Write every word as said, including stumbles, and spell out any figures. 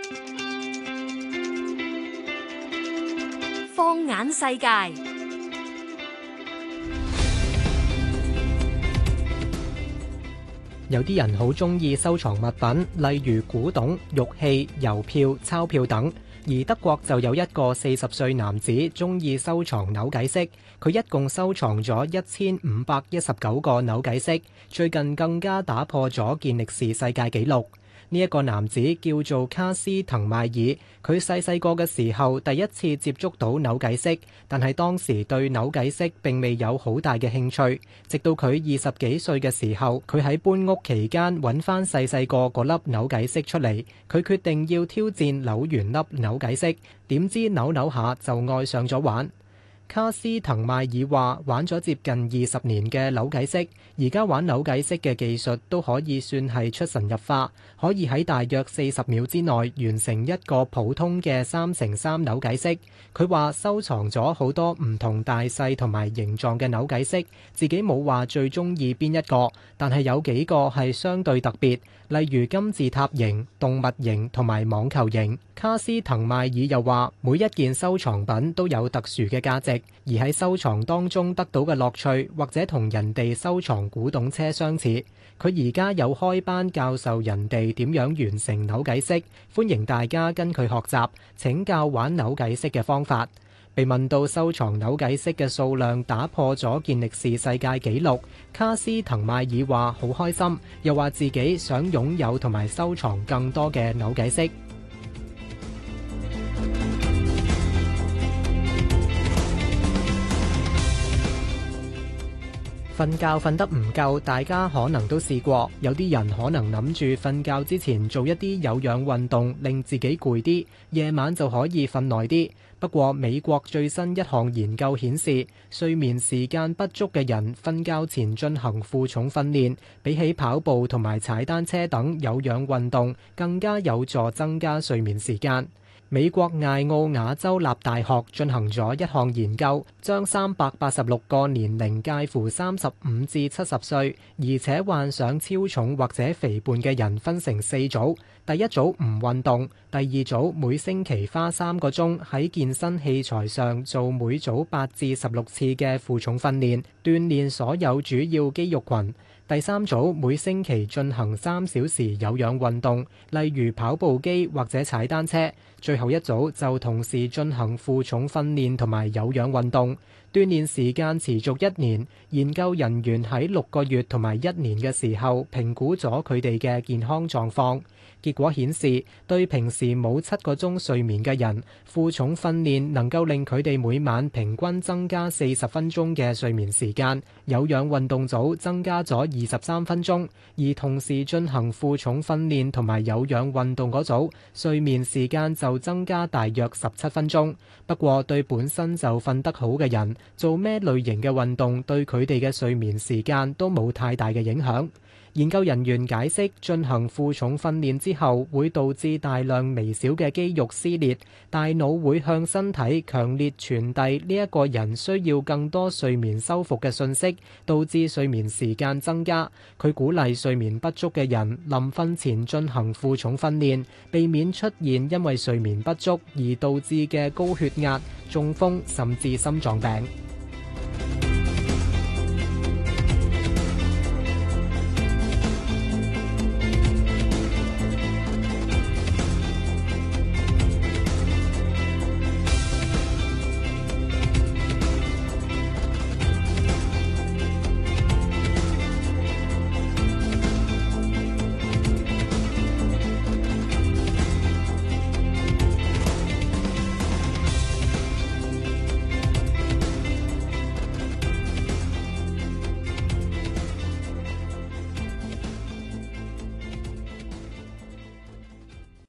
放眼世界， 有啲人好鍾意收藏物品，例如古董、玉器、郵票、鈔票等。而德國就有一個四十歲男子鍾意收藏扭計骰，佢一共收藏咗一千五百一十九個扭計骰，最近更加打破咗健力士世界紀錄。呢一個男子叫做卡斯滕邁爾，佢細細個嘅時候第一次接觸到扭計骰，但係當時對扭計骰並未有好大嘅興趣。直到佢二十幾歲嘅時候，佢喺搬屋期間揾翻細細個嗰粒扭計骰出嚟，佢決定要挑戰扭完粒扭計骰，點知扭扭下就愛上咗玩。卡斯滕邁爾話：玩咗接近二十年嘅扭計骰，而家玩扭計骰嘅技術都可以算係出神入化，可以喺大約四十秒之內完成一個普通嘅三乘三扭計骰。佢話收藏咗好多唔同大細同埋形狀嘅扭計骰，自己冇話最中意邊一個，但係有幾個係相對特別，例如金字塔形、動物形同埋網球形。卡斯滕邁爾又話：每一件收藏品都有特殊嘅價值，而喺收藏當中得到嘅樂趣，或者同人哋收藏古董車相似。佢而家有開班教授人哋點樣完成扭計骰，歡迎大家跟佢學習，請教玩扭計骰嘅方法。被問到收藏扭計骰嘅數量打破咗健力士世界紀錄，卡斯滕邁爾話好開心，又話自己想擁有同埋收藏更多嘅扭計骰。瞓覺瞓得唔夠，大家可能都試過。有啲人可能諗住瞓覺之前做一啲有氧運動，令自己攰啲，夜晚就可以瞓耐啲。不過美國最新一項研究顯示，睡眠時間不足嘅人瞓覺前進行負重訓練，比起跑步同埋踩單車等有氧運動，更加有助增加睡眠時間。美國艾奧瓦州立大學進行咗一項研究，將三百八十六個年齡介乎三十五至七十歲，而且患上超重或者肥胖嘅人分成四組。第一組唔運動，第二組每星期花三個鐘喺健身器材上做每組八至十六次嘅負重訓練，鍛鍊所有主要肌肉群。第三組每星期進行三小時有氧運動，例如跑步機或者踩單車。最後一組就同時進行負重訓練同埋有氧運動，鍛鍊時間持續一年。研究人員喺六個月同埋一年嘅時候評估咗佢哋嘅健康狀況。結果顯示，對平時冇七個鐘睡眠嘅人，負重訓練能夠令佢哋每晚平均增加四十分鐘嘅睡眠時間，有氧運動組增加咗二十三分鐘，而同時進行負重訓練同埋有氧運動嗰組，睡眠時間就增加大約十七分鐘。不過對本身就瞓得好嘅人，做咩類型嘅運動對佢哋嘅睡眠時間都冇太大嘅影響。研究人員解釋，進行負重訓練之後會導致大量微小嘅肌肉撕裂，大腦會向身體強烈傳遞呢一個人需要更多睡眠修復嘅信息，導致睡眠時間增加。佢鼓勵睡眠不足嘅人臨瞓前進行負重訓練，避免出現因為睡眠不足而導致嘅高血壓、中風甚至心臟病。